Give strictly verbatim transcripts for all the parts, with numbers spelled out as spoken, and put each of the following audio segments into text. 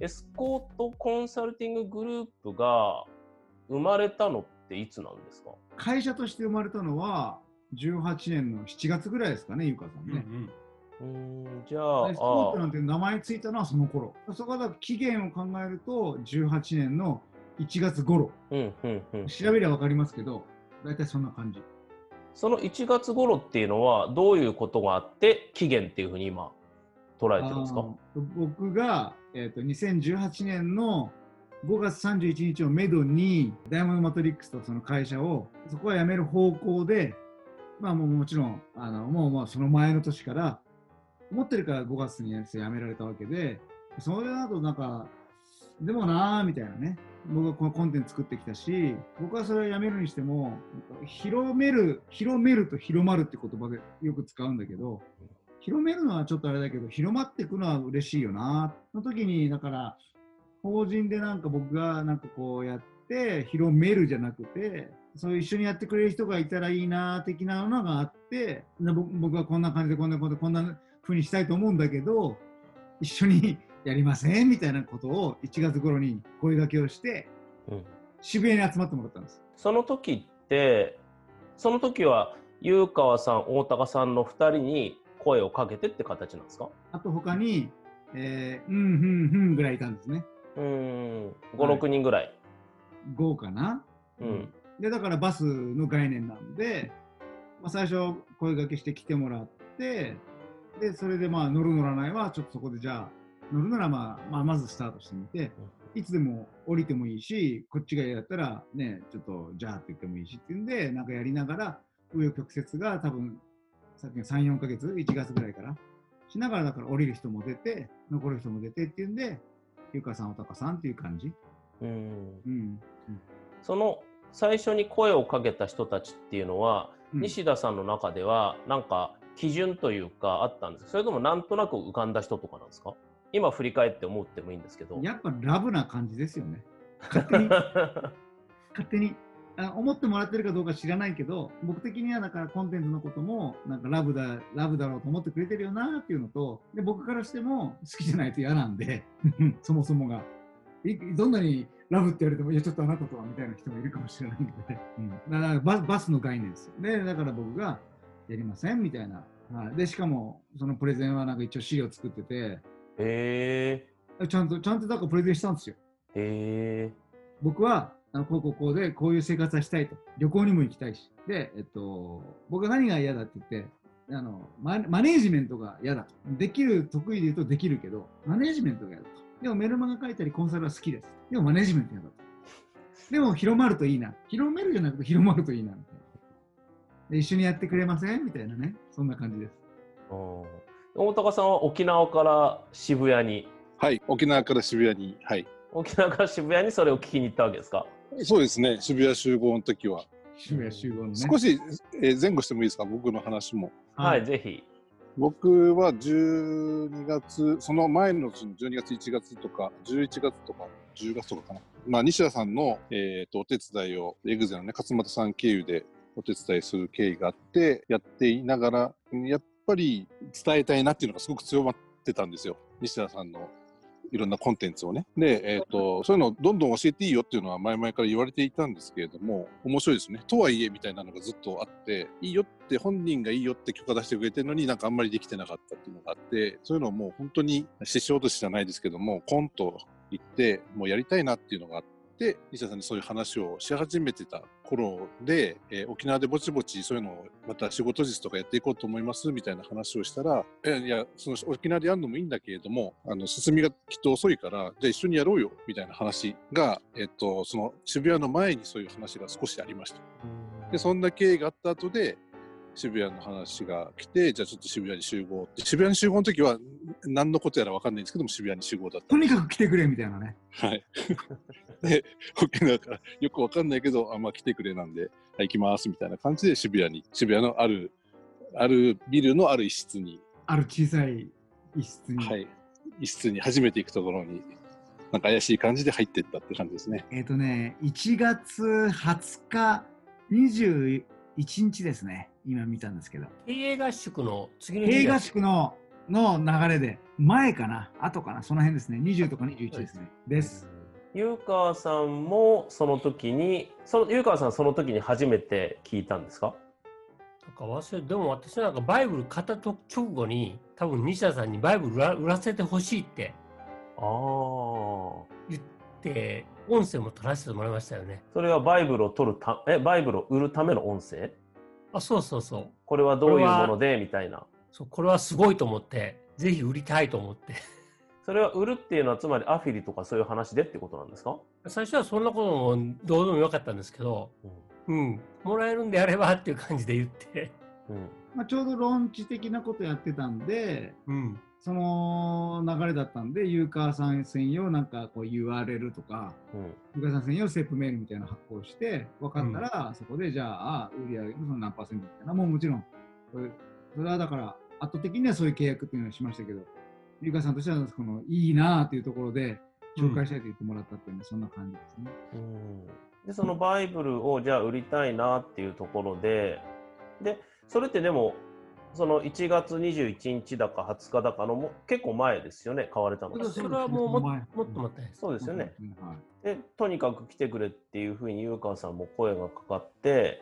エスコートコンサルティンググループが生まれたのっていつなんですか？ 会社として生まれたのはじゅうはちねんのしちがつぐらいですかね、ゆかさんね。 うんうん、うーん、じゃあ、 エスコートなんて名前ついたのはその頃。そこは期限を考えるとじゅうはちねんのいちがつ頃。 うんうんうん、 調べれば分かりますけど、大体そんな感じ。 そのいちがつ頃っていうのはどういうことがあって期限っていうふうに今捉えてるんですか？ 僕が、えーと、にせんじゅうはちねんのごがつさんじゅういちにちをめどにダイヤモンドマトリックスとその会社をそこは辞める方向で、まあもうもちろんあのもうもうその前の年から思ってるからごがつに辞められたわけで、それだとなんかでもなーみたいなね、僕はこのコンテンツ作ってきたし、僕はそれをやめるにしても広める広めると広まるって言葉でよく使うんだけど、広めるのはちょっとあれだけど広まっていくのは嬉しいよなの時に、だから法人でなんか僕がなんかこうやって広めるじゃなくて、そういう一緒にやってくれる人がいたらいいな的なのがあって、僕はこんな感じでこんなことこんな風にしたいと思うんだけど、一緒にやりませんみたいなことをいちがつ頃に声掛けをして、うん、渋谷に集まってもらったんです。 その時ってその時は優川さん大高さんのふたりに声をかけてって形なんですか？ あと他に、えー、うんうんうんぐらいいたんですね。 うーん、ご、ろくにんぐらい。 ごかな。うん。で、だからバスの概念なんで、まあ、最初声掛けして来てもらって、で、それでまあ乗る乗らないはちょっとそこでじゃあ乗るならまあ、まあ、まずスタートしてみて、いつでも降りてもいいし、こっちが嫌だったらね、ちょっとじゃあって言ってもいいしっていうんで、なんかやりながら、紆余曲折が多分さっきのさん、よんかげつ、いちがつぐらいからしながら、だから降りる人も出て、残る人も出てっていうんで、ゆかさん、おたかさんっていう感じ。 うん、うん、その最初に声をかけた人たちっていうのは、うん、西田さんの中ではなんか基準というかあったんですか？それともなんとなく浮かんだ人とかなんですか？今振り返って思ってもいいんですけど。 やっぱラブな感じですよね。勝手に勝手にあ思ってもらってるかどうか知らないけど、僕的にはだからコンテンツのこともなんかラブだラブだろうと思ってくれてるよなっていうのと、で僕からしても好きじゃないと嫌なんでそもそもがどんなにラブって言われてもいやちょっとあなたとはみたいな人もいるかもしれないので、うん、だからババスの概念ですよね。だから僕がやりませんみたいな、はい、でしかもそのプレゼンはなんか一応資料作ってて、 へーちゃんとちゃんとだからプレゼンしたんですよ。 へー僕はあのこうこうこうでこういう生活はしたいと、旅行にも行きたいし、で、えっと、僕は何が嫌だって言って、あの マ, マネージメントが嫌だと。できる得意で言うとできるけどマネージメントが嫌だと。でもメルマガ書いたりコンサルは好きです。でもマネージメント嫌だと。でも広まるといいな。広めるじゃなくて広まるといいなみたいな。で一緒にやってくれませんみたいなね、そんな感じです。 大高さんは沖縄から渋谷に。 はい、沖縄から渋谷に。はい。 沖縄から渋谷にそれを聞きに行ったわけですか？ そうですね、渋谷集合の時は。 渋谷集合のね。 少し、えー、前後してもいいですか、僕の話も。 はい、はい、ぜひ。 僕はじゅうにがつ、その前のじゅうにがつ、いちがつとか、じゅういちがつとか、じゅうがつとかかな。まあ、西田さんの、えー、とお手伝いを、エグゼのね、勝俣さん経由でお手伝いする経緯があって、やっていながら、やっぱり伝えたいなっていうのがすごく強まってたんですよ。西田さんのいろんなコンテンツをね。で、えっと、そういうのをどんどん教えていいよっていうのは前々から言われていたんですけれども、面白いですね。とはいえみたいなのがずっとあって、いいよって本人がいいよって許可出してくれてるのになんかあんまりできてなかったっていうのがあって、そういうのをもう本当に師匠としてじゃないですけども、コンと言ってもうやりたいなっていうのがあって、で、西田さんにそういう話をし始めてた頃で、えー、沖縄でぼちぼちそういうのをまた仕事術とかやっていこうと思いますみたいな話をしたら、えいや、その沖縄でやるのもいいんだけれども、あの進みがきっと遅いから、じゃあ一緒にやろうよみたいな話が、えっと、その渋谷の前にそういう話が少しありました。で、そんな経緯があった後で、渋谷の話が来て、じゃあちょっと渋谷に集合って。渋谷に集合の時は何のことやら分かんないんですけども、渋谷に集合だった。 とにかく来てくれみたいなね。 はい。で、沖縄からよく分かんないけど、あ、まあ来てくれなんで、はい、行きますみたいな感じで渋谷に、渋谷のある、あるビルのある一室に。 ある小さい一室に。 はい。一室に初めて行くところに、なんか怪しい感じで入っていったって感じですね。 えっとね、いちがつはつか、にじゅういちにちですね。今見たんですけど。 経営合宿の次の日。経営合宿のの流れで、前かな、後かな、その辺ですね、にじゅうとかにじゅういちですね。です。 湯川さんもその時に、その湯川さんその時に初めて聞いたんですか？ なんか忘れでも私なんかバイブル買った直後に多分西田さんにバイブル売ら、売らせてほしいって言って音声も取らせてもらいましたよね。 それはバイブルを取るたえバイブルを売るための音声？ あ、そうそうそう。 これはどういうものでみたいな。 そう、これはすごいと思ってぜひ売りたいと思って。 それは売るっていうのはつまりアフィリとかそういう話でってことなんですか？ 最初はそんなこともどうでもよかったんですけど、うん、うん、もらえるんであればっていう感じで言って、 うんまあ、ちょうどローンチ的なことやってたんで、うん、その流れだったんで、ユーカーさん専用なんかこう ユーアールエル とか、うん、ユーカーさん専用セープメールみたいなの発行して、分かったら、うん、そこでじゃあ売り上げのその何パーセントみたいな、もうもちろん、それはだから圧倒的にはそういう契約っていうのをしましたけど、ゆかさんとしてはこのいいなというところで紹介したいと言ってもらったっていうのは、うん、そんな感じですね。 うん、でそのバイブルをじゃあ売りたいなっていうところで、でそれってでもそのいちがつにじゅういちにちだかはつかだかのも結構前ですよね、買われたのが。 それはもうももっと待って、 そうですよね。はい、でとにかく来てくれっていうふうに湯川さんも声がかかって、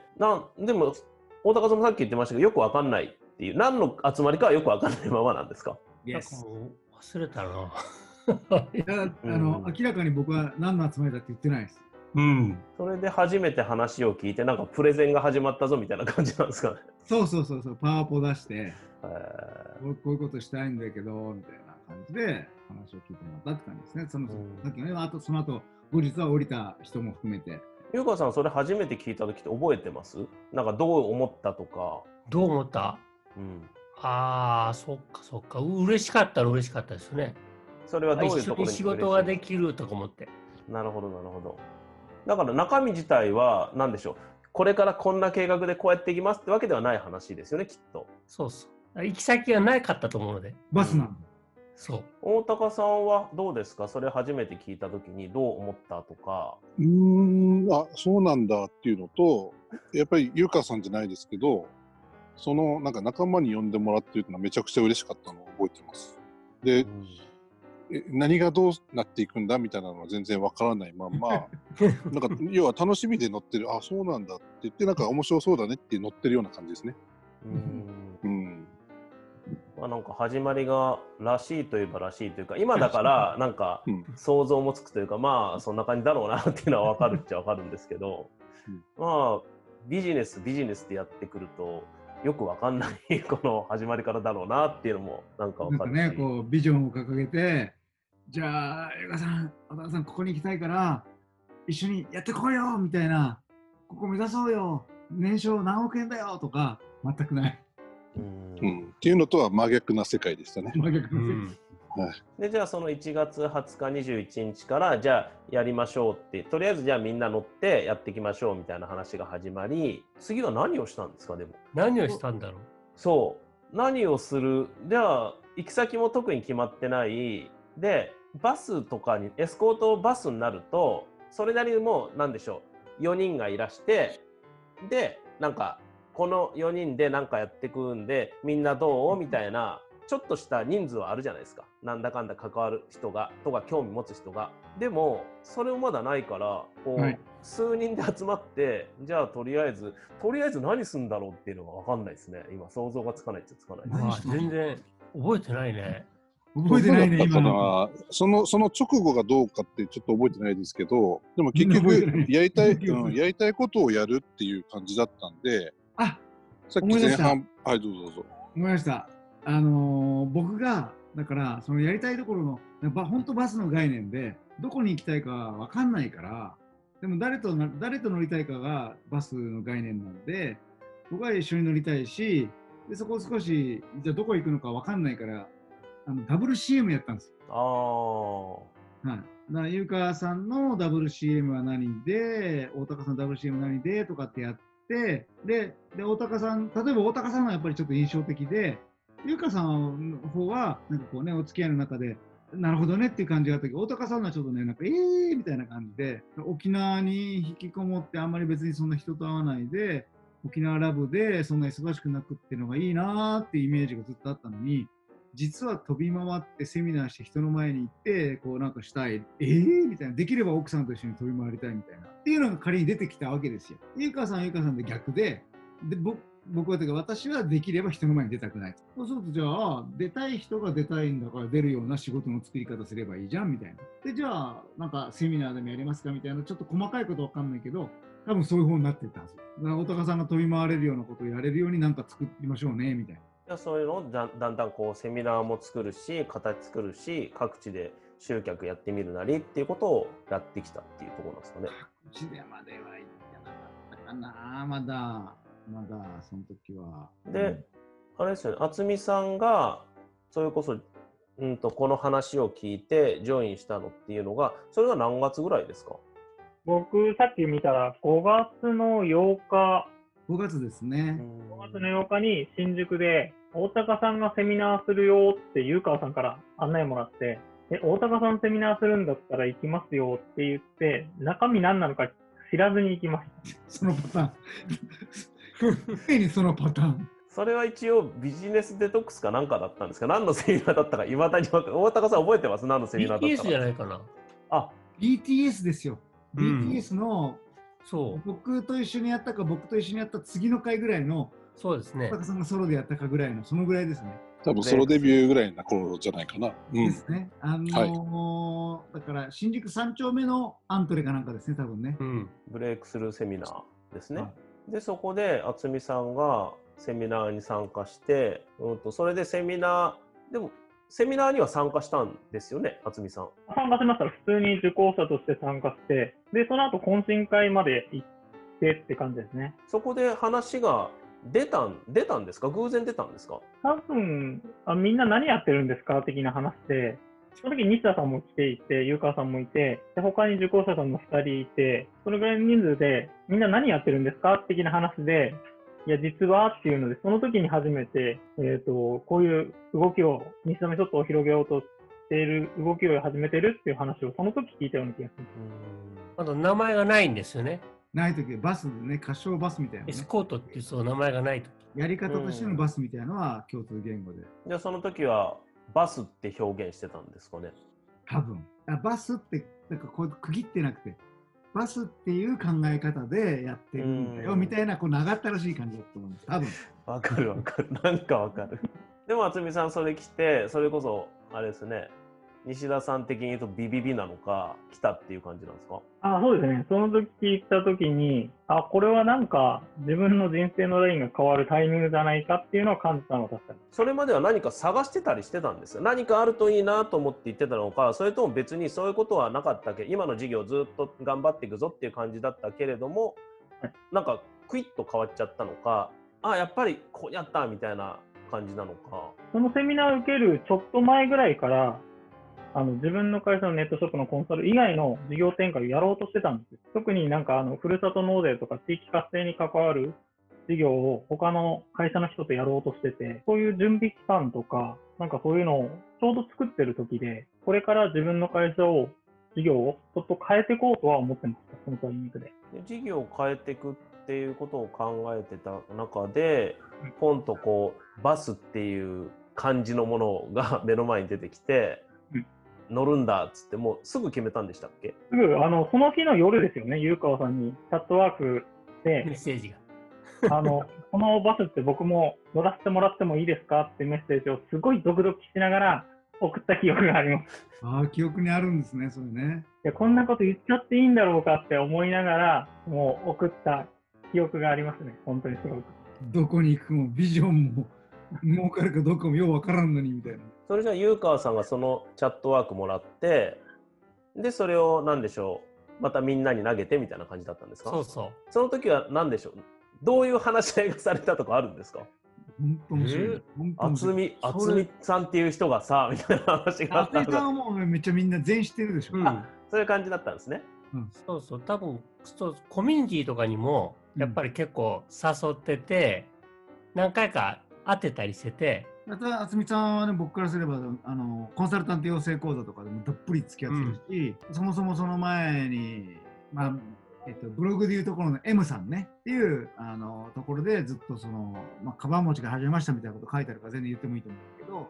なんでも大高さんもさっき言ってましたけどよくわかんないっていう、何の集まりかはよくわかんないままなんですか？ なんかもう忘れたな。 あの、うん、明らかに僕は何の集まりだって言ってないです。 うん。それで初めて話を聞いて、なんかプレゼンが始まったぞみたいな感じなんですかね。 そうそうそうそう、パワポ出して、えー、こういうことしたいんだけどみたいな感じで話を聞いてもらったって感じですね。その、うん、さっきのね、あとその後後日は降りた人も含めて。 湯川さんそれ初めて聞いた時って覚えてます？なんかどう思ったとか。 どう思った？うん。ああ、そっかそっか。嬉しかったら嬉しかったですね。 それはどういうところに一緒に仕事ができるとか思って。 なるほどなるほど。だから中身自体は何でしょう。これからこんな計画でこうやっていきますってわけではない話ですよね、きっと。 そうそう。行き先がなかったと思うので。 バスなの。うん、 そう。 大高さんはどうですか？それ初めて聞いた時にどう思ったとか。 うーん、あ、そうなんだっていうのと、やっぱり優香さんじゃないですけど、そのなんか仲間に呼んでもらってるのはめちゃくちゃ嬉しかったのを覚えてます。で、うん、え何がどうなっていくんだみたいなのは全然わからないまんま、なんか要は楽しみで乗ってる、あ、そうなんだって言って、なんか面白そうだねって乗ってるような感じですね。 うん。うんまあ、なんか始まりがらしいといえばらしいというか、今だからなんか想像もつくというか、まあそんな感じだろうなっていうのは分かるっちゃ分かるんですけど、まあビジネスビジネスでやってくるとよく分かんないこの始まりからだろうなっていうのもなんか分かるし、 なんかね、こうビジョンを掲げて、じゃあ江川さん、小田さんここに行きたいから一緒にやってこいよみたいな、ここ目指そうよ、年商何億円だよとか全くない。 うんうん、っていうのとは真逆な世界でしたね。 真逆な世界、うんはい、でじゃあそのいちがつはつかにじゅういちにちからじゃあやりましょうって、とりあえずじゃあみんな乗ってやっていきましょうみたいな話が始まり、次は何をしたんですか？でも何をしたんだろう。 そう何をする、じゃあ行き先も特に決まってないで、バスとかにエスコートバスになるとそれなりにもう何でしょう、よにんがいらして、でなんかこのよにんで何かやってくんでみんなどうみたいなちょっとした人数はあるじゃないですか、なんだかんだ関わる人がとか興味持つ人が。でもそれもまだないからこう、はい、数人で集まってじゃあとりあえずとりあえず何するんだろうっていうのが分かんないですね。今想像がつかないっちゃつかない。 まあ、全然覚えてないね。 覚えてないね今の。 そのその直後がどうかってちょっと覚えてないですけど、でも結局やりたい、うん、やりたいことをやるっていう感じだったんで。 あ、 さっき前半、はい、どうぞどうぞ。 思いました。あのー、僕がだからそのやりたいところの本当バスの概念でどこに行きたいかわかんないから、でも誰と誰と乗りたいかがバスの概念なので、僕は一緒に乗りたいし、でそこを少しじゃあどこ行くのかわかんないから、あのダブル シーエム やったんですよ。 ああ。 はい。だから優香さんの ダブルシーエム は何で、大高さんの ダブルシーエム 何でとかってやって。で、で大高さん、例えば大高さんはやっぱりちょっと印象的で、優香さんの方はなんかこうね、お付き合いの中でなるほどねっていう感じがあったけど、大高さんはちょっとね、なんかえーみたいな感じで、沖縄に引きこもってあんまり別にそんな人と会わないで、沖縄ラブでそんな忙しくなくっていうのがいいなーっていうイメージがずっとあったのに、 実は飛び回ってセミナーして人の前に行ってこうなんかしたい、えーみたいな、できれば奥さんと一緒に飛び回りたいみたいなっていうのが仮に出てきたわけですよ。ゆかさんゆかさんで逆で、で僕僕はというか私はできれば人の前に出たくない。そうするとじゃあ出たい人が出たいんだから出るような仕事の作り方すればいいじゃんみたいな。でじゃあなんかセミナーでもやりますかみたいな、ちょっと細かいことわかんないけど多分そういう方になってたはず。だから大高さんが飛び回れるようなことをやれるようになんか作りましょうねみたいな。 じゃあそういうのをだだんだんこうセミナーも作るし形作るし各地で集客やってみるなりっていうことをやってきたっていうところなんですかね。 各地でまでは行ってなかったかな、まだ。まだその時は。 で、うん、あれですよね、渥美さんがそれこそ、うんと、この話を聞いてジョインしたのっていうのが、それが何月ぐらいですか？ 僕、さっき見たらごがつのようか。 ごがつですね。 ごがつのようかに新宿で大高さんがセミナーするよって湯川さんから案内もらって、え、大高さんセミナーするんだったら行きますよって言って、中身何なのか知らずに行きました。 そのパターン。常にそのパターン。 それは一応ビジネスデトックスかなんかだったんですか？何のセミナーだったかいまだに分かる。大高さん覚えてます？何のセミナーだったか。 ビーティーエス じゃないかな。 あ、 ビーティーエス ですよ。 うん、 ビーティーエス のそう僕と一緒にやったか僕と一緒にやった次の回ぐらいの、 そうですね。 大高さんがソロでやったかぐらいのそのぐらいですね。 多分ソロデビューぐらいな頃じゃないかな。 うん、ですね。あのーはい、だから新宿さん丁目のアントレかなんかですね、多分ね。 うん、ブレイクスルーセミナーですね。はい、でそこで渥美さんがセミナーに参加して、うん、とそれでセミナーでもセミナーには参加したんですよね、渥美さん。 参加しました。普通に受講者として参加して、でその後懇親会まで行ってって感じですね。 そこで話が出たん出たんですか？偶然出たんですか？ 多分あみんな何やってるんですか的な話で、その時西田さんも来ていて、湯川さんもいて、で他に受講者さんもふたりいて、それぐらいの人数でみんな何やってるんですか的な話で、いや実はっていうので、その時に初めて、えーと、こういう動きを西田メソッドを広げようとしている動きを始めてるっていう話をその時聞いたような気がする。 あと名前がないんですよね。 ない時バスでね、歌唱バスみたいな、ね、 エスコートっていうそう名前がない時。 やり方としてのバスみたいなのは共通言語で。 じゃあその時はバスって表現してたんですかね？ 多分あバスってなんかこう区切ってなくて、バスっていう考え方でやってるんだよみたいな、こう長ったらしい感じだと思うんです。多分わかるわかる、なんかわかる。でも渥美さんそれ来て、それこそあれですね、西田さん的に言うとビビビなのか来たっていう感じなんですか？ あ、そうですね。その時聞いた時に、あ、これはなんか自分の人生のラインが変わるタイミングじゃないかっていうのを感じたのは確かに。 それまでは何か探してたりしてたんですよ。何かあるといいなと思って言ってたのか、それとも別にそういうことはなかったけど、今の事業をずっと頑張っていくぞっていう感じだったけれども、はい、なんかクイッと変わっちゃったのか、あ、やっぱりこうやったみたいな感じなのか。 そのセミナーを受けるちょっと前ぐらいからあの自分の会社のネットショップのコンサル以外の事業展開をやろうとしてたんです。特になんかあのふるさと納税とか地域活性に関わる事業を他の会社の人とやろうとしてて、そういう準備期間とかなんかそういうのをちょうど作ってる時で、これから自分の会社を事業をちょっと変えていこうとは思ってました。そのタイミングで。 事業を変えていくっていうことを考えてた中で、ポンとこうバスっていう感じのものが目の前に出てきて、乗るんだっつってもうすぐ決めたんでしたっけ？ すぐあのその日の夜ですよね。湯川さんにチャットワークでメッセージがあのこのバスって僕も乗らせてもらってもいいですかってメッセージをすごいドキドキしながら送った記憶があります。 ああ、記憶にあるんですね、それね。 いや、こんなこと言っちゃっていいんだろうかって思いながらもう送った記憶がありますね。本当にすごく。 どこに行くもビジョンも儲かるかどうかもようわからんのにみたいな。 それじゃあ湯川さんがそのチャットワークもらって、でそれを何でしょう、またみんなに投げてみたいな感じだったんですか？ そうそう。 その時は何でしょう、どういう話し合いがされたとかあるんですか？ 本当面白い。 渥美渥美さんっていう人がさみたいな話があったのが。 渥美さんはもうめっちゃみんな全員知ってるでしょ。 うん、 あ、そういう感じだったんですね。 うん、そうそう、多分そうコミュニティとかにもやっぱり結構誘ってて、うん、何回か会ってたりしてて。 また渥美さんはね、僕からすればあのコンサルタント養成講座とかでもどっぷり付き合ってるし、うん、そもそもその前に、まあえっと、ブログでいうところの M さんねっていうあのところでずっとその、まあ、カバン持ちが始めましたみたいなこと書いてあるから全然言ってもいいと思うんだけど、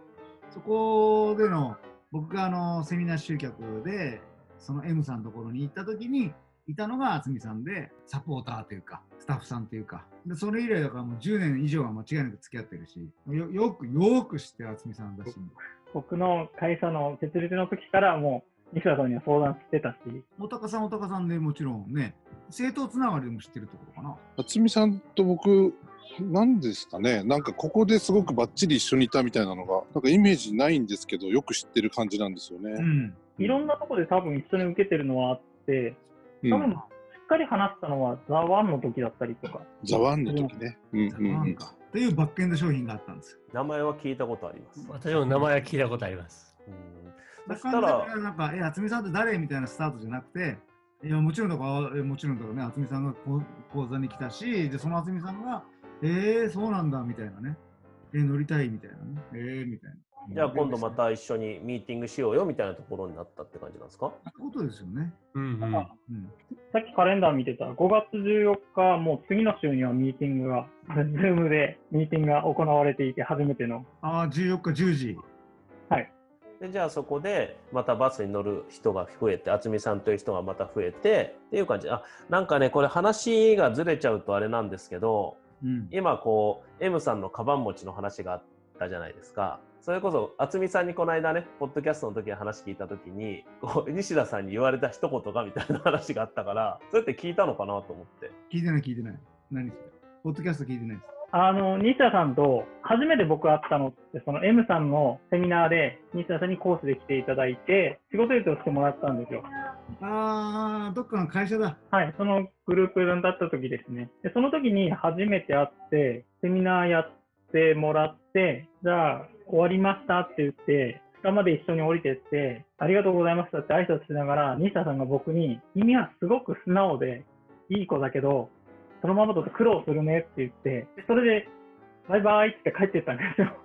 そこでの僕があのセミナー集客でその M さんのところに行った時にいたのが渥美さんで、サポーターというかスタッフさんというかで、それ以来だからもうじゅうねん以上は間違いなく付き合ってるし、よ, よくよく知ってる渥美さんだし、 僕の会社の設立の時からもう西田さんには相談してたし、 おたかさんおたかさんでもちろんね、政党つながりでも知ってるってことかな。 渥美さんと僕なんですかね、なんかここですごくバッチリ一緒にいたみたいなのがなんかイメージないんですけど、よく知ってる感じなんですよね。 うん、 いろんなところで多分一緒に受けてるのはあって、多分しっかり話したのはザワンの時だったりとか。 ザワンの時ね。うんうんうん。 というバックエンド商品があったんですよ。 名前は聞いたことあります。 私も名前は聞いたことあります。 うん、そしたらなんか、え、渥美さんって誰みたいなスタートじゃなくて、いやもちろんだからもちろんだからね、渥美さんが講座に来たし、でその渥美さんがえー、そうなんだみたいなね、えー、乗りたいみたいなね、えー、みたいな。 じゃあ今度また一緒にミーティングしようよみたいなところになったって感じなんですか？ そういうことですよね。 うんうんうん、 さっきカレンダー見てたごがつじゅうよっか、もう次の週にはミーティングが、Zoom でミーティングが行われていて、初めての。 ああ、じゅうよっかじゅうじ。 はい。 でじゃあそこでまたバスに乗る人が増えて、渥美さんという人がまた増えてっていう感じ。あ、なんかね、これ話がずれちゃうとあれなんですけど、うん、今こう M さんのカバン持ちの話があったじゃないですか。それこそ渥美さんにこの間ねポッドキャストの時に話聞いた時に、こう西田さんに言われた一言がみたいな話があったから、それって聞いたのかなと思って。 聞いてない聞いてない。何それ？ポッドキャスト聞いてないです。 あの西田さんと初めて僕会ったのって、その M さんのセミナーで西田さんにコースで来ていただいて仕事移動してもらったんですよ。 ああ、どっかの会社だ。 はい、そのグループだった時ですね。で、その時に初めて会って、セミナーやってもらって、じゃあ終わりましたって言って、下まで一緒に降りてって、ありがとうございましたって挨拶しながら、西田さんが僕に、君はすごく素直でいい子だけど、そのままだと苦労するねって言って、それでバイバイって帰ってったんですよ。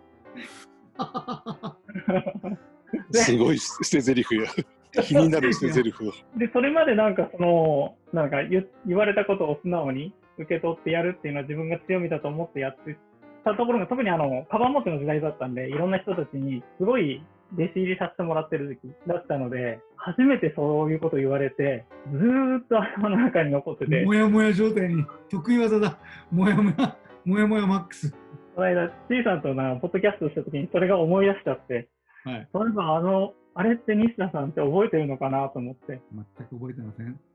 すごい捨て台詞や。気になる捨て台詞を。 で、それまでなんかその、なんか 言, 言われたことを素直に受け取ってやるっていうのは自分が強みだと思ってやってたところが、特にあの、カバン持ちの時代だったんで、いろんな人たちにすごい弟子入りさせてもらってる時期だったので、初めてそういうことを言われて、ずーっと頭の中に残ってて。 もやもや状態に、得意技だ。もやもや、もやもやマックス。 この間、C さんとな、ポッドキャストした時にそれが思い出しちゃって、はい、そういえばあの、あれって西田さんって覚えてるのかなと思って。 全く覚えてません。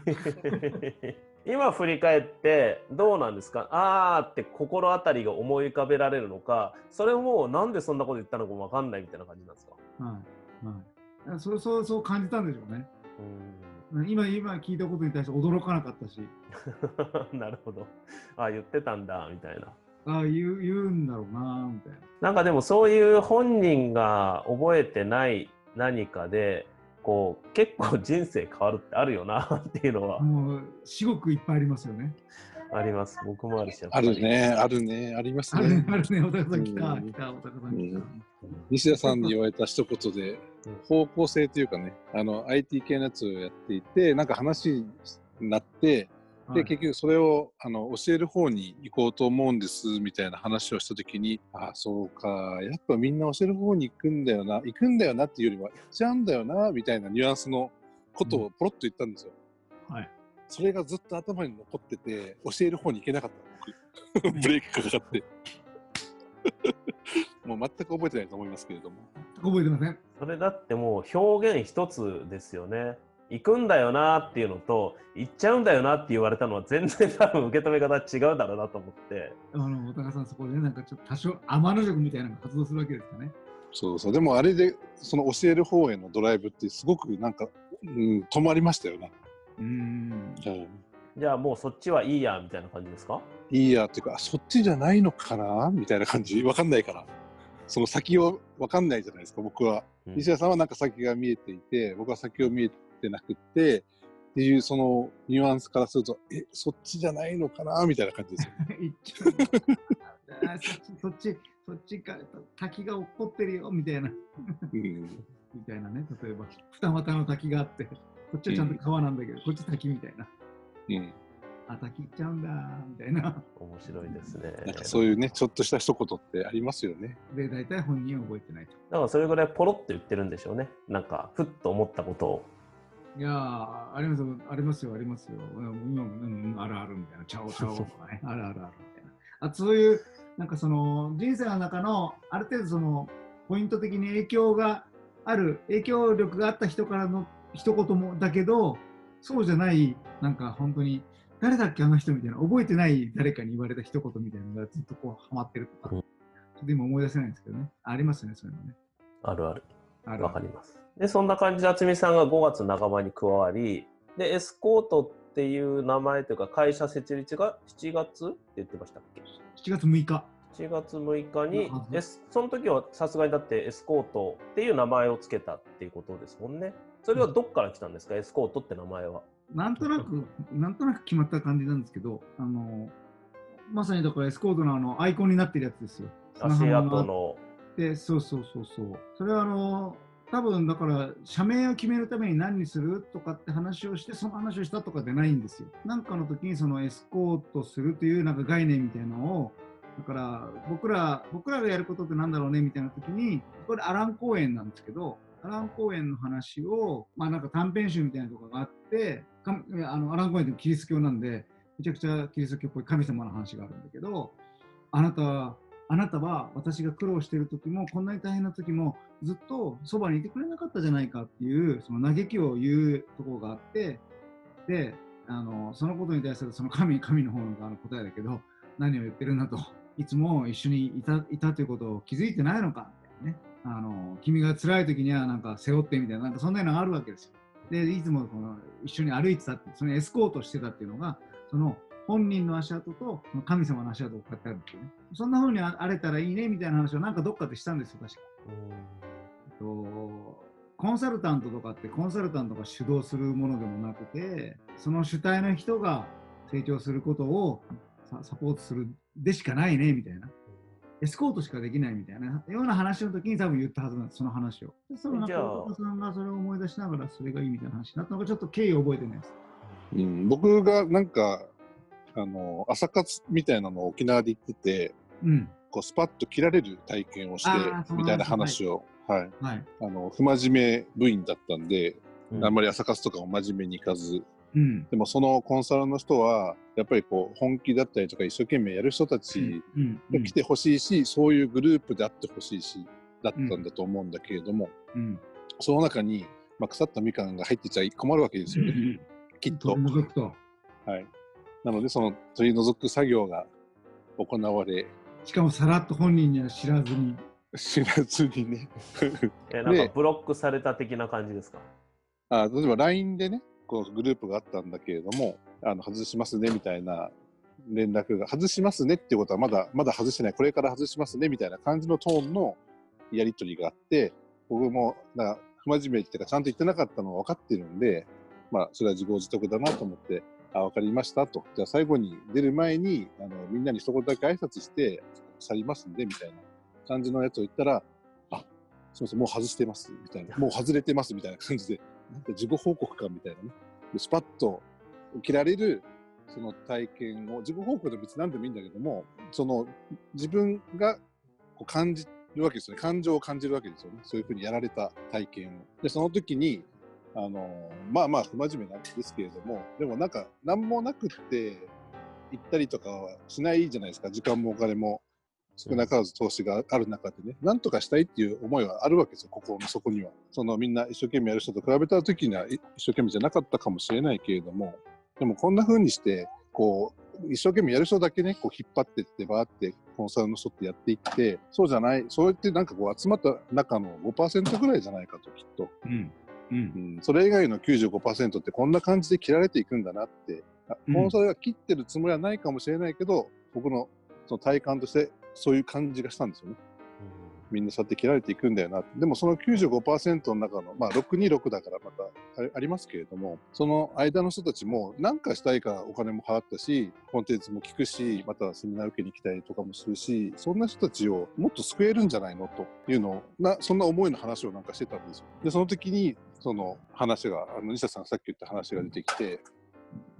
今振り返ってどうなんですか？あーって心当たりが思い浮かべられるのか、それもなんでそんなこと言ったのかも分かんないみたいな感じなんですか？ はいはい、そうそうそう感じたんでしょうね。うん、今今聞いたことに対して驚かなかったし。 なるほど。あ、言ってたんだみたいな。 あ、言う、言うんだろうなみたいな。 なんかでもそういう本人が覚えてない何かでこう結構人生変わるってあるよなっていうのはもう至極いっぱいありますよね。 あります。僕もあるし。 あるね、あるね、ありますね。 あるね、あるね、おたかさん来た、来た、おたかさん来た。 西田さんに言われた一言で方向性というかね、あの アイティー 系のやつをやっていて、なんか話になって、で、はい、結局それをあの教える方に行こうと思うんですみたいな話をしたときに、ああ、そうか、やっぱみんな教える方に行くんだよな、行くんだよなっていうよりは、行っちゃうんだよなみたいなニュアンスのことをポロッと言ったんですよ。うん、はい。それがずっと頭に残ってて、教える方に行けなかった僕。ブレーキかかって。もう全く覚えてないと思いますけれども。 覚えてません。 それだってもう表現一つですよね。行くんだよなっていうのと行っちゃうんだよなって言われたのは全然多分受け止め方違うだろうなと思って。 あのおたかさんそこでね、なんかちょっと多少天の塾みたいなのが発動するわけですかね。 そうそう。でもあれでその教える方へのドライブってすごくなんか、うん、止まりましたよね。うーん。 じゃあもうそっちはいいやみたいな感じですか？ いいやっていうか、そっちじゃないのかなみたいな感じ。わかんないから。その先をわかんないじゃないですか、僕は。うん、西田さんはなんか先が見えていて、僕は先を見えてなくってっていうそのニュアンスからすると、え、そっちじゃないのかなみたいな感じですよ。 そっち、そっちか、滝が起こってるよみたいな。うん、みたいなね、例えば二股の滝があって、こっちはちゃんと川なんだけど、うん、こっち滝みたいな。 うん。 あ、滝行っちゃうんだみたいな。 面白いですね。 なんかそういうね、ちょっとした一言ってありますよね。 で、大体本人は覚えてないと。 だからそれぐらいポロッと言ってるんでしょうね。なんか、ふっと思ったことを。 いやー、ありますよ、ありますよ、ありますよ。うん、うん、あるあるみたいな、ちゃおちゃおとかね、あるあるあるみたいな。あ、そういう、なんかその、人生の中の、ある程度その、ポイント的に影響がある、影響力があった人からの一言もだけど、そうじゃない、なんか本当に、誰だっけあの人みたいな、覚えてない誰かに言われた一言みたいなのがずっとこう、ハマってるとか、うん、ちょっと今思い出せないんですけどね。ありますよね、そういうのね。 あるある。 あるわかります。で、そんな感じで渥美さんがごがつなかばに加わり、で、エスコートっていう名前というか、会社設立がしちがつって言ってましたっけ？ しちがつむいか。 しちがつむいかに、その時はさすがにだってエスコートっていう名前をつけたっていうことですもんね。それはどっから来たんですか、うん、エスコートって名前は。 なんとなく、なんとなく決まった感じなんですけど、あのまさにだからエスコートのあのアイコンになってるやつですよ。 足跡の。 で、そうそうそうそう。それはあの多分だから社名を決めるために何にするとかって話をしてその話をしたとかじゃないんですよ。なんかの時にそのエスコートするというなんか概念みたいなのを、だから僕ら僕らがやることってなんだろうねみたいな時に、これアラン公園なんですけど、アラン公園の話をまあなんか短編集みたいなところがあって、かあのアラン公園ってキリスト教なんでめちゃくちゃキリスト教っぽい神様の話があるんだけど、あなたはあなたは私が苦労している時もこんなに大変な時もずっとそばにいてくれなかったじゃないかっていうその嘆きを言うところがあって、であのそのことに対するその神神の方の答えだけど、何を言ってるんだと、いつも一緒にいたいたということを気づいてないのかみたいなね、あの君が辛い時にはなんか背負ってみたいな、なんかそんなのがあるわけですよ。でいつもこの一緒に歩いてたって、そのエスコートしてたっていうのがその本人の足跡と神様の足跡をこうやってあるっていうね、そんな風にあれたらいいねみたいな話をなんかどっかでしたんですよ、確か。うんとコンサルタントとかってコンサルタントが主導するものでもなくて、その主体の人が成長することをサポートするでしかないねみたいな、エスコートしかできないみたいなような話の時に多分言ったはずなんです、その話を。でその中岡さんがそれを思い出しながらそれがいいみたいな話になったのがちょっと経緯を覚えてないです。 うん、僕がなんかあの朝活みたいなのを沖縄で行ってて、うん、こうスパッと切られる体験をしてみたいな話を、はいはい、あの不真面目部員だったんで、うん、あんまり朝活とかも真面目に行かず、うん、でもそのコンサルの人はやっぱりこう本気だったりとか一生懸命やる人たちが来てほしいし、うんうん、そういうグループであってほしいしだったんだと思うんだけれども、うん、その中に、まあ、腐ったみかんが入ってちゃ困るわけですよね、うん、きっと。はい、なのでその取り除く作業が行われ、 しかもさらっと本人には知らずに知らずにねえなんかブロックされた的な感じですか？ あ、例えば ライン でねこうグループがあったんだけれども、あの外しますねみたいな連絡が、外しますねっていうことはまだまだ外してない、これから外しますねみたいな感じのトーンのやり取りがあって、僕もなんか不真面目っていうかちゃんと言ってなかったのは分かってるんで、まあそれは自業自得だなと思って、あ、分かりましたと、じゃあ最後に出る前にあのみんなに一言だけ挨拶して去りますんでみたいな感じのやつを言ったら、あ、すみませんもう外してますみたいな、もう外れてますみたいな感じで、なんか自己報告かみたいなね、でスパッと切られるその体験を、自己報告で別に何でもいいんだけども、その自分がこう感じるわけですよね、感情を感じるわけですよね、そういうふうにやられた体験を。でその時にあのまあまあ不真面目なんですけれども、でもなんか何もなくって行ったりとかはしないじゃないですか。時間もお金も少なからず投資がある中でね、なんとかしたいっていう思いはあるわけですよ、心の底には。そのみんな一生懸命やる人と比べた時には一生懸命じゃなかったかもしれないけれども、でもこんな風にしてこう一生懸命やる人だけねこう引っ張ってってバーってコンサルの人ってやっていって、そうじゃない、そうやってなんかこう集まった中の ごパーセント ぐらいじゃないかと、きっと。うんうんうん、それ以外の きゅうじゅうごパーセント ってこんな感じで切られていくんだなって、コンサルが切ってるつもりはないかもしれないけど、僕のその体感としてそういう感じがしたんですよね。みんなそうやって切られていくんだよな。でもその きゅうじゅうごパーセント の中の、まあ、ろくにろくだからまたありますけれども、その間の人たちも何かしたいからお金も払ったし、コンテンツも聞くし、またセミナー受けに来たりとかもするし、そんな人たちをもっと救えるんじゃないのというのをな、そんな思いの話をなんかしてたんですよ。でその時にその話が、あの西田さんさっき言った話が出てきて、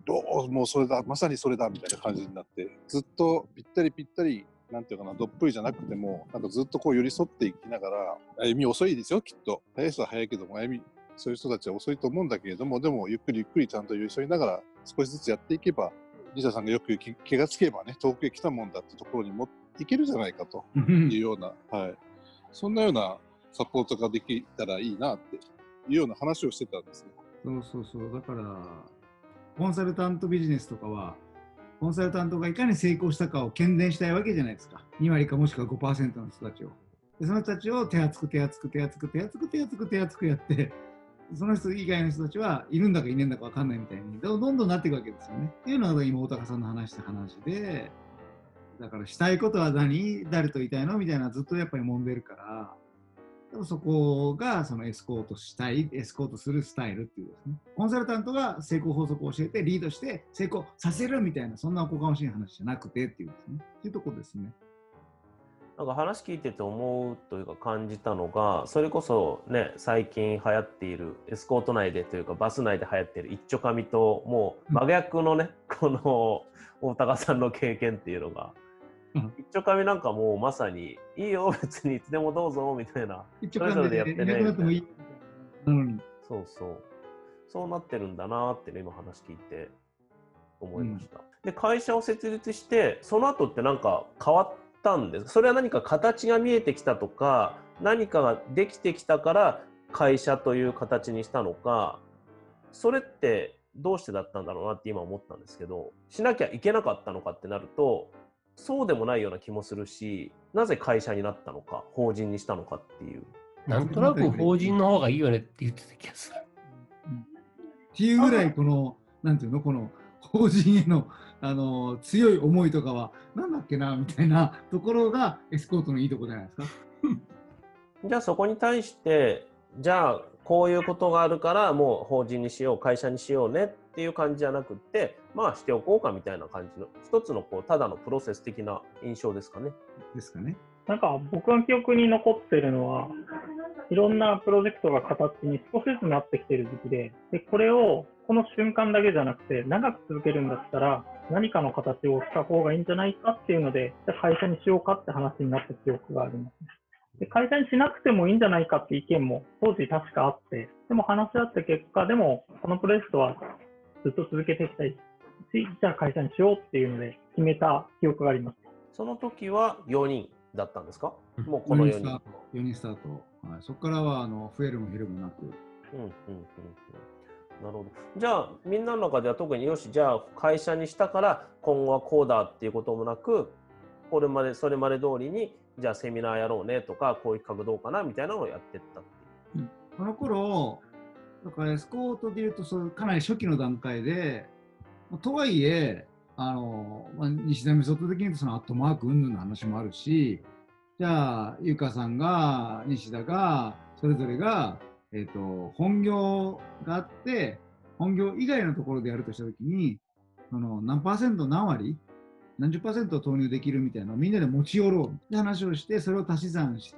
どうもうそれだ、まさにそれだみたいな感じになって、ずっとぴったりぴったり、なんていうかな、どっぷりじゃなくても、なんかずっとこう寄り添っていきながら、歩み遅いですよ、きっと。速い人は速いけども、歩み、そういう人たちは遅いと思うんだけれども、でもゆっくりゆっくりちゃんと寄り添いながら、少しずつやっていけば、西田さんがよく気, 気がつけばね、遠くへ来たもんだってところに持っていけるじゃないかというような、はい、そんなようなサポートができたらいいなっていうような話をしてたんですね。 そうそうそう、だからコンサルタントビジネスとかは、コンサルタントがいかに成功したかを喧伝したいわけじゃないですか。に割かもしくは ごパーセント の人たちを。でその人たちを手厚く手厚く手厚く手厚く手厚く手厚くやって、その人以外の人たちはいるんだかいねえんだか分かんないみたいにどんどんなっていくわけですよね。っていうのが今大高さんの話した話で、だからしたいことは何、誰と言いたいのみたいなずっとやっぱり揉んでるから、でもそこがそのエスコートしたい、エスコートするスタイルっていうですね。コンサルタントが成功法則を教えてリードして成功させるみたいな、そんなおこがましい話じゃなくてっていうですね。っていうところですね。 なんか話聞いてて思うというか感じたのが、それこそね、最近流行っているエスコート内でというかバス内で流行っている一丁紙ともう真逆のね、うん、この大高さんの経験っていうのが、うん、一丁紙なんかもうまさにいいよ別にいつでもどうぞみたいな、それぞれでやってねみたいな、そうそうそうなってるんだなってね、今話聞いて思いました、うん、で会社を設立してその後ってなんか変わってたんです。それは何か形が見えてきたとか、何かができてきたから会社という形にしたのか、それってどうしてだったんだろうなって今思ったんですけど、しなきゃいけなかったのかってなるとそうでもないような気もするし、なぜ会社になったのか法人にしたのかっていう、 なんとなく法人の方がいいよねって言ってた気がする、 うん、っていうぐらいこのなんていうの、この法人へのあの強い思いとかはなんだっけなみたいなところがエスコートのいいところじゃないですか。 じゃあそこに対してじゃあこういうことがあるからもう法人にしよう会社にしようねっていう感じじゃなくって、まあしておこうかみたいな感じの一つのこうただのプロセス的な印象ですかね。 ですかね。 なんか僕の記憶に残っているのは、いろんなプロジェクトが形に少しずつなってきている時期で、でこれをこの瞬間だけじゃなくて長く続けるんだったら何かの形をした方がいいんじゃないかっていうので、じゃあ会社にしようかって話になった記憶があります。で会社にしなくてもいいんじゃないかって意見も当時確かあって、でも話し合った結果、でもこのプロジェクトはずっと続けていきたいし、じゃあ会社にしようっていうので決めた記憶があります。その時はよにんだったんですか？もうこのよにん。よにんスタート。はい、そこからはあの増えるも減るもなく。うんうんうんうん。 なるほど。じゃあみんなの中では特によし、じゃあ会社にしたから今後はこうだっていうこともなく、これまでそれまで通りにじゃあセミナーやろうねとか、こういう企画どうかなみたいなのをやっていったっていう。うん、 その頃だからエスコートでいうとそかなり初期の段階で、とはいえあの、まあ、西田メソッド的に言うとそのアットマーク云々の話もあるし、じゃあゆかさんが西田がそれぞれが、えーと、本業があって本業以外のところでやるとしたときに、その何パーセント何割何十パーセント投入できるみたいなのをみんなで持ち寄ろうって話をして、それを足し算して、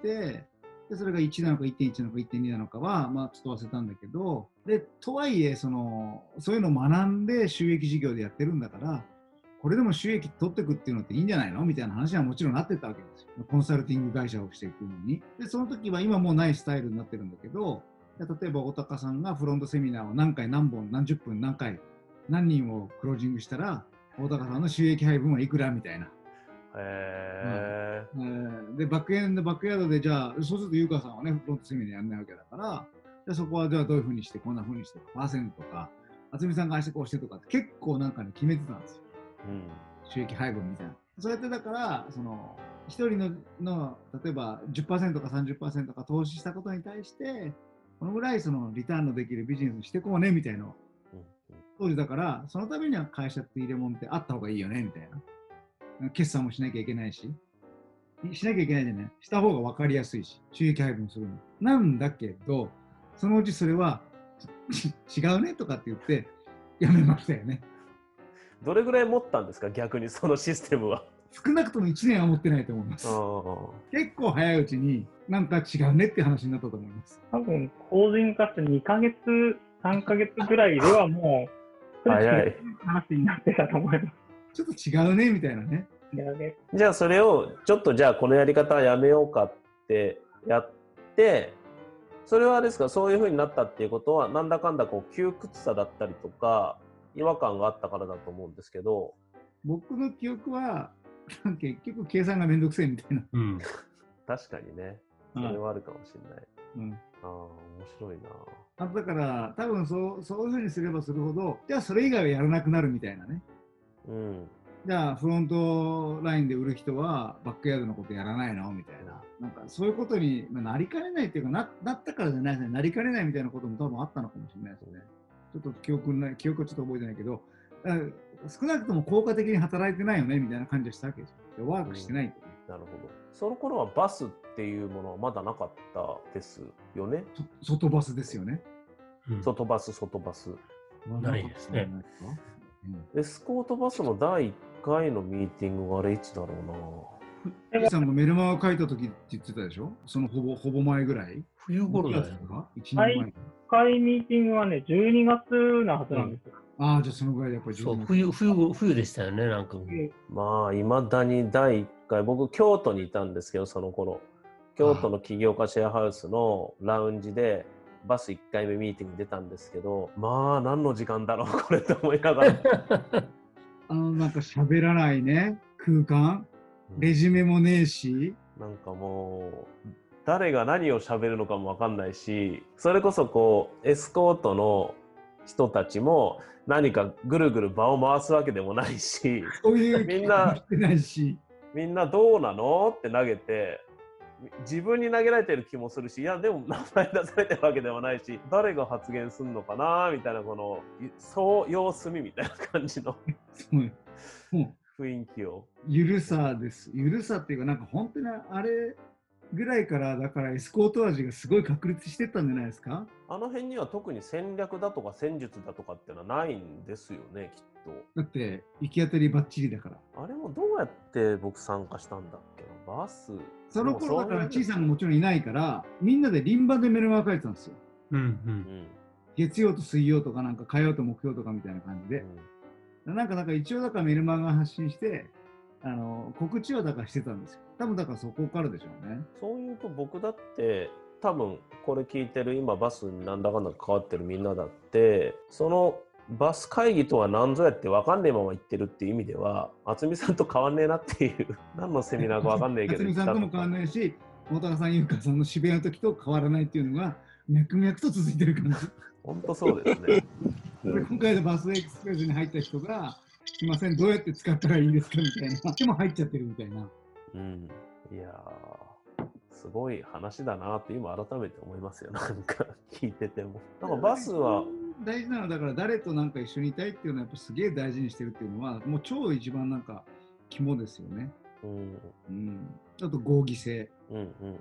でそれがいちなのか いってんいち なのか いってんに なのかは、まあ、ちょっと忘れたんだけど、でとはいえそのそういうのを学んで収益事業でやってるんだから、これでも収益取っていくっていうのっていいんじゃないのみたいな話にはもちろんなってたわけですよ。コンサルティング会社をしていくのに。でその時は今もうないスタイルになってるんだけど、例えば大高さんがフロントセミナーを何回何本何十分何回何人をクロージングしたら大高さんの収益配分はいくらみたいな。 へー、 うん、でバックエンドバックヤードでじゃあそうすると優香さんはねフロントセミナーやんないわけだから、じゃあそこはではどういうふうにしてこんなふうにしてパーセントとか渥美さんがああしてこうしてとかって結構なんかね決めてたんですよ、うん、収益配分みたいな。そうやってだからその一人のの例えば じゅっパーセント か さんじゅっパーセント か投資したことに対してこのぐらいそのリターンのできるビジネスにしてこうねみたいな、当時だからそのためには会社って入れ物ってあった方がいいよねみたいな、決算もしなきゃいけないししなきゃいけないじゃない、した方が分かりやすいし収益配分するのなんだけど、そのうちそれは違うねとかって言ってやめましたよね。 どれぐらい持ったんですか逆にそのシステムは。 少なくともいちねんは持ってないと思います。結構早いうちになんか違うねって話になったと思います。 多分法人化してにかげつさんかげつぐらいではもう早い。 話になってたと思います。 ちょっと違うねみたいなね。 違うね。 じゃあそれをちょっとじゃあこのやり方はやめようかってやって、それはですか、そういう風になったっていうことはなんだかんだこう窮屈さだったりとか違和感があったからだと思うんですけど、 僕の記憶は結局計算がめんどくせえみたいな。 うん、 確かにね、それはあるかもしれない。 うん、 ああ、面白いな。 あだから多分そうそういうふうにすればするほど、じゃあそれ以外はやらなくなるみたいなね。 うん。 じゃあフロントラインで売る人はバックヤードのことやらないのみたいな。なんかそういうことになりかねないっていうか な, なったからじゃないですね。なりかねないみたいなことも多分あったのかもしれないですね。ちょっと記憶ない記憶はちょっと覚えてないけど、少なくとも効果的に働いてないよねみたいな感じがしたわけですよ。ワークしてない、ね、 うん、なるほど。その頃はバスっていうものはまだなかったですよね。 外バスですよね。 うん、外バス、外バス。 ないですね。 エスコートバスのだいいっかいのミーティングがあれいつだろうな。Pさんがメルマガ書いた時って言ってたでしょ。そのほぼほぼ前ぐらい。 冬頃だよ。 いちねんまえ。 いっかいミーティングはね、じゅうにがつなはずなんですよ。 うん、ああ、じゃあそのぐらいでやっぱりそう冬冬冬でしたよね、なんか。 まあいまだにだいいっかい、僕京都にいたんですけど、その頃京都の起業家シェアハウスのラウンジでバスいっかいめミーティング出たんですけど、まあ何の時間だろうこれと思いながらあのなんか喋らないね空間、レジュメもねえし、 なんかもう誰が何を喋るのかも分かんないし、それこそこうエスコートの人たちも何かぐるぐる場を回すわけでもないし、 そういうみんなないし、 みんなどうなのって投げて、自分に投げられてる気もするし、いやでも名前出されてるわけではないし、誰が発言するのかなみたいな、このそう様子見みたいな感じの雰囲気を。 ゆるさです。ゆるさっていうか、なんか本当にあれぐらいからだからエスコート味がすごい確立してったんじゃないですか。 あの辺には特に戦略だとか戦術だとかっていうのはないんですよね、きっと。 だって行き当たりばっちりだから。 あれもどうやって僕参加したんだっけな、バス。 その頃だからちいさんがもちろんいないからみんなで輪番でメルマガ書いてたんですよ。 うんうん、 月曜と水曜とかなんか火曜と木曜とかみたいな感じで、うん、なんかなんか一応だからメルマガ発信してあの告知はだからしてたんですよ。多分だからそこからでしょうね。 そういうと僕だって多分これ聞いてる今バスになんだかんだ関わってるみんなだってそのバス会議とは何ぞやって分かんねえまま行ってるっていう意味では渥美さんと変わんねえなっていう何のセミナーか分かんねえけど渥美さんとも変わんないし大高さん優香さんの渋谷の時と変わらないっていうのが脈々と続いてる感じ。 本当そうですね。で今回のバスエクスプレスに入った人がすいませんどうやって使ったらいいですかみたいなでも入っちゃってるみたいな。 うん、いやーすごい話だなって今改めて思いますよ。なんか聞いててもなんかバスは大事なのはだから誰となんか一緒にいたいっていうのはやっぱすげえ大事にしてるっていうのはもう超一番なんか肝ですよね。うんうん、あと合議制。 うんうんうんうん、うん、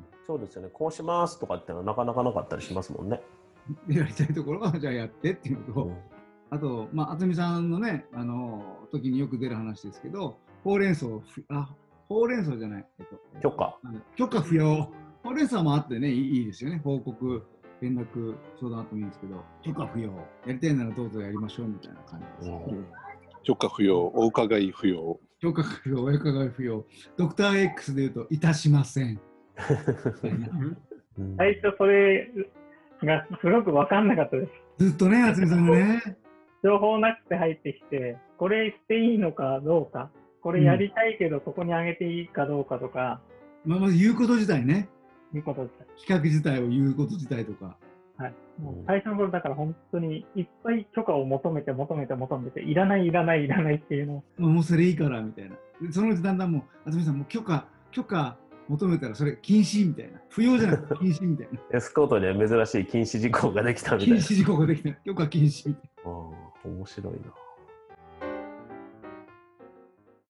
そうですよね。こうしますとかってのはなかなかなかったりしますもんね。 やりたいところはじゃあやってっていうのと、うん、あとまあ渥美さんのねあの時によく出る話ですけどほうれん草あほうれん草じゃない、えっと、 許可許可不要。ほうれん草もあってねいい、いいですよね。報告連絡相談あってもいいんですけど許可不要やりたいならどうぞやりましょうみたいな感じです、うん、 許可不要お伺い不要許可不要お伺い不要ドクター X で言うといたしません最初それがすごく分かんなかったです。 ずっとね渥美さんがね情報なくて入ってきてこれしていいのかどうかこれやりたいけどそこに上げていいかどうかとか、 うん、まあまず言うこと自体ね言うこと自体企画自体を言うこと自体とか、 はい、もう最初の頃だから本当にいっぱい許可を求めて求めて求めていらないいらないいらないっていうのをもうそれいいからみたいなでそのうちだんだんもう渥美さんもう許可許可求めたらそれ禁止みたいな不要じゃなくて禁止みたいなエスコートには珍しい禁止事項ができたみたいな禁止事項ができた許可禁止みたいな。 ああ面白いな。